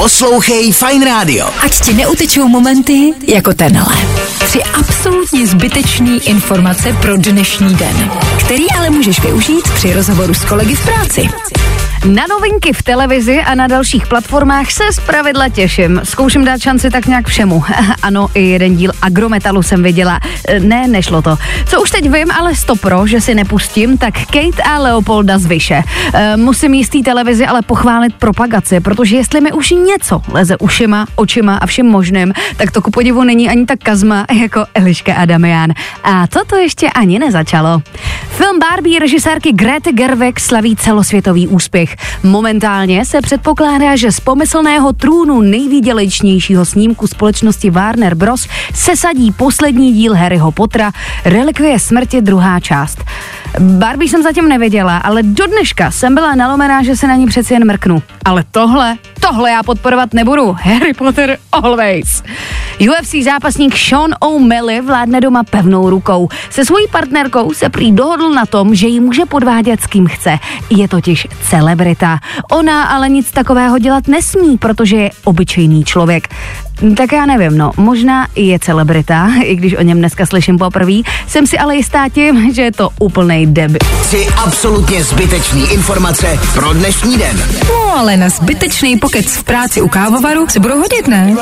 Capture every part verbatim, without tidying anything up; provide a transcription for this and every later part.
Poslouchej Fajn rádio. Ať ti neutečou momenty jako tenhle. Tři absolutně zbytečný informace pro dnešní den, který ale můžeš využít při rozhovoru s kolegy v práci. Na novinky v televizi a na dalších platformách se zpravidla těším. Zkouším dát šanci tak nějak všemu. Ano, i jeden díl Agrometalu jsem viděla. Ne, nešlo to. Co už teď vím, ale stopro, že si nepustím, tak Kate a Leopolda z Vyše. E, musím jistý televizi ale pochválit propagaci, protože jestli mi už něco leze ušima, očima a všem možným, tak to ku podivu není ani tak kazma jako Eliška a Damian. A toto ještě ani nezačalo. Film Barbie režisérky Grety Gerwig slaví celosvětový úspěch. Momentálně se předpokládá, že z pomyslného trůnu nejvýdělečnějšího snímku společnosti Warner Bros. Sesadí poslední díl Harryho Pottera, Relikvie smrti druhá část. Barbie jsem zatím nevěděla, ale do dneška jsem byla nalomená, že se na ní přeci jen mrknu. Ale tohle, tohle já podporovat nebudu. Harry Potter always. U F C zápasník Sean O'Malley vládne doma pevnou rukou. Se svojí partnerkou se prý dohodl na tom, že ji může podvádět s kým chce. Je totiž celebrita. Ona ale nic takového dělat nesmí, protože je obyčejný člověk. Tak já nevím, no, možná i je celebrita, i když o něm dneska slyším poprvé, jsem si ale jistá tím, že je to úplnej debil. Tři absolutně zbytečný informace pro dnešní den. No ale na zbytečný pokec v práci u kávovaru se budou hodit, ne?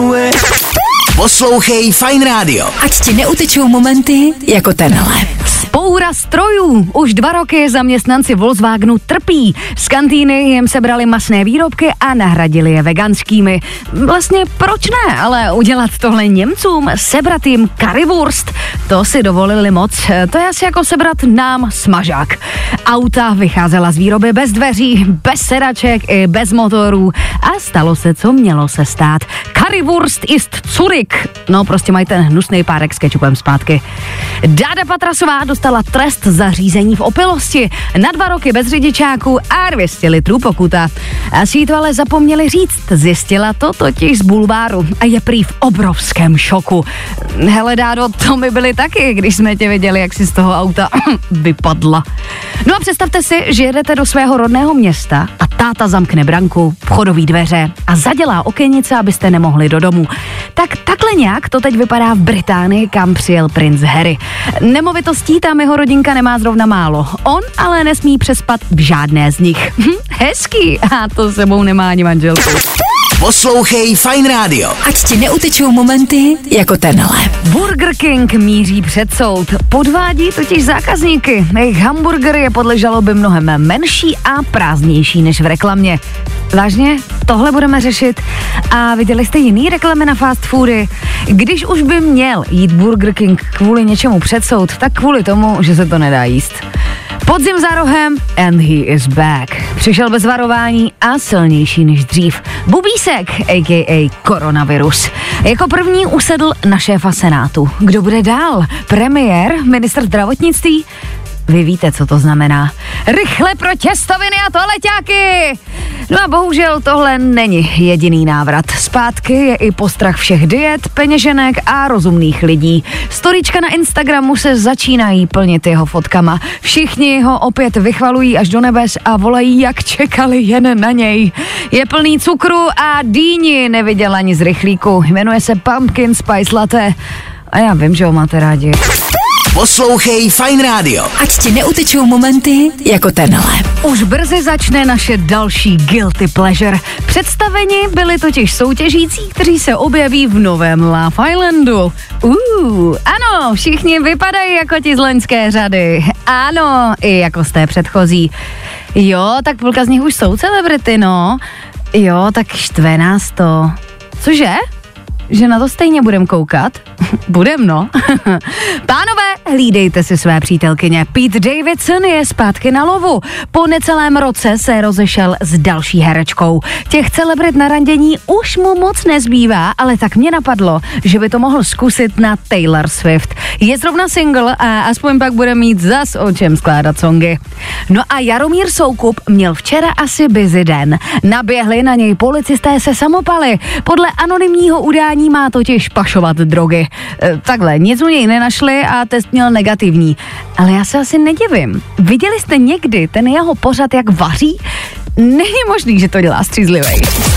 Poslouchej Fajn rádio. Ať ti neutečou momenty jako tenhle. Spoura strojů. Už dva roky zaměstnanci Volkswagenu trpí. Z kantýny jim sebrali masné výrobky a nahradili je veganskými. Vlastně proč ne, ale udělat tohle Němcům, sebrat jim currywurst, to si dovolili moc. To je asi jako sebrat nám smažák. Auta vycházela z výroby bez dveří, bez sedaček i bez motorů a stalo se, co mělo se stát. Currywurst ist zurück. No prostě mají ten hnusný párek s kečupem zpátky. Dáda Patrasová dostala trest za řízení v opilosti. Na dva roky bez řidičáku a dvě stě litrů pokuta. Asi to ale zapomněli říct. Zjistila to totiž z bulváru a je prý v obrovském šoku. Hele Dádo, to my byli taky, když jsme tě viděli, jak si z toho auta vypadla. No a představte si, že jedete do svého rodného města a táta zamkne branku, vchodové dveře a zadělá okenice, abyste nemohli do domu. Tak takhle nějak to teď vypadá v Británii, kam přijel princ Harry. Nemovitostí tam jeho rodinka nemá zrovna málo. On ale nesmí přespat v žádné z nich. Hezký, a to sebou nemá ani manželku. Poslouchej Fajn rádio. Ať ti neutečou momenty jako tenhle. Burger King míří před soud. Podvádí totiž zákazníky. Jejich hamburger je podle žaloby mnohem menší a prázdnější než v reklamě. Vážně? Tohle budeme řešit? A viděli jste jiný reklamy na fast foody? Když už by měl jít Burger King kvůli něčemu před soud, tak kvůli tomu, že se to nedá jíst. Podzim za rohem and he is back. Přišel bez varování a silnější než dřív. Bubísek, a k a koronavirus. Jako první usedl na šéfa Senátu. Kdo bude dál? Premiér? Ministr zdravotnictví? Vy víte, co to znamená. Rychle pro těstoviny a toaleťáky! No a bohužel tohle není jediný návrat. Zpátky je i postrach všech diet, peněženek a rozumných lidí. Storička na Instagramu se začínají plnit jeho fotkama. Všichni ho opět vychvalují až do nebes a volají, jak čekali jen na něj. Je plný cukru a dýni, neviděl ani z rychlíku. Jmenuje se Pumpkin Spice Latte. A já vím, že ho máte rádi. Poslouchej Fajn rádio. Ať ti neutečou momenty jako tenhle. Už brzy začne naše další guilty pleasure. Představeni byli totiž soutěžící, kteří se objeví v novém Love Islandu. Uh, ano, všichni vypadají jako ti z loňské řady. Ano, i jako z té předchozí. Jo, tak půlka z nich už jsou celebrity, no. Jo, tak štve nás to. Cože? Že na to stejně budem koukat? Budem, no. Pánové, hlídejte si své přítelkyně. Pete Davidson je zpátky na lovu. Po necelém roce se rozešel s další herečkou. Těch celebrit na randění už mu moc nezbývá, ale tak mě napadlo, že by to mohl zkusit na Taylor Swift. Je zrovna single a aspoň pak bude mít zas o čem skládat songy. No a Jaromír Soukup měl včera asi busy den. Naběhli na něj policisté se samopaly. Podle anonymního udání má totiž pašovat drogy. E, takhle, nic u něj nenašli a test měl negativní. Ale já se asi nedivím. Viděli jste někdy ten jeho pořad, jak vaří? Není možný, že to dělá střízlivej.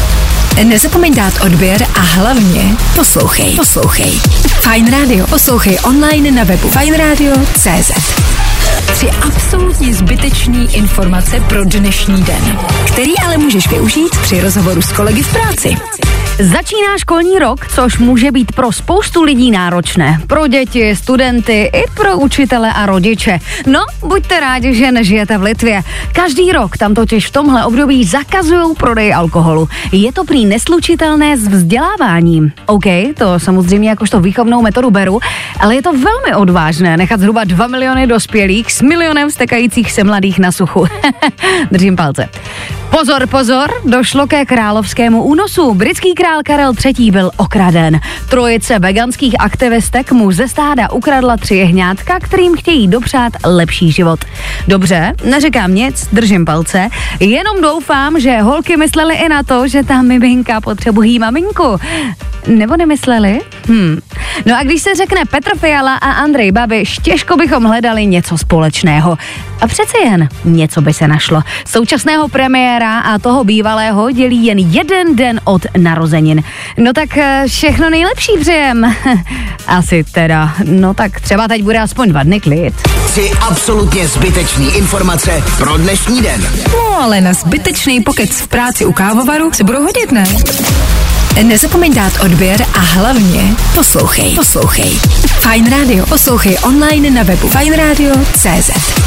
Nezapomeň dát odběr a hlavně poslouchej. Poslouchej. Fajn Radio. Poslouchej online na webu fajn radio tečka cé zet. Tři absolutně zbytečný informace pro dnešní den, který ale můžeš využít při rozhovoru s kolegy v práci. Začíná školní rok, což může být pro spoustu lidí náročné. Pro děti, studenty i pro učitele a rodiče. No, buďte rádi, že nežijete v Litvě. Každý rok tam totiž v tomhle období zakazují prodej alkoholu. Je to prý neslučitelné s vzděláváním. OK, to samozřejmě jakožto výchovnou metodu beru, ale je to velmi odvážné nechat zhruba dva miliony dospělých s milionem stekajících se mladých na suchu. Držím palce. Pozor, pozor, došlo ke královskému únosu. Britský král Karel třetí byl okraden. Trojice veganských aktivistek mu ze stáda ukradla tři jehňátka, kterým chtějí dopřát lepší život. Dobře, neříkám nic, držím palce, jenom doufám, že holky myslely i na to, že ta miminka potřebují maminku. Nebo nemysleli? Hm. No a když se řekne Petr Fiala a Andrej Babiš, těžko bychom hledali něco společného. A přece jen něco by se našlo. Současného premiéra a toho bývalého dělí jen jeden den od narozenin. No tak všechno nejlepší přejem. Asi teda. No tak třeba teď bude aspoň dva dny klid. Tři absolutně zbytečný informace pro dnešní den. No ale na zbytečný pokec v práci u kávovaru se budou hodit, ne? Nezapomeň dát odběr a hlavně poslouchej. Poslouchej. Fajn Radio. Poslouchej online na webu fajn radio tečka cé zet.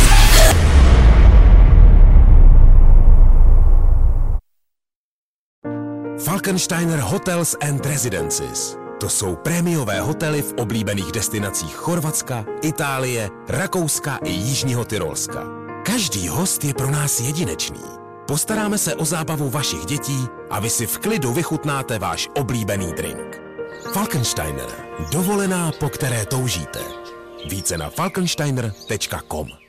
Falkensteiner Hotels and Residences. To jsou prémiové hotely v oblíbených destinacích Chorvatska, Itálie, Rakouska i Jižního Tyrolska. Každý host je pro nás jedinečný. Postaráme se o zábavu vašich dětí a vy si v klidu vychutnáte váš oblíbený drink. Falkensteiner. Dovolená, po které toužíte. Více na falkensteiner tečka com.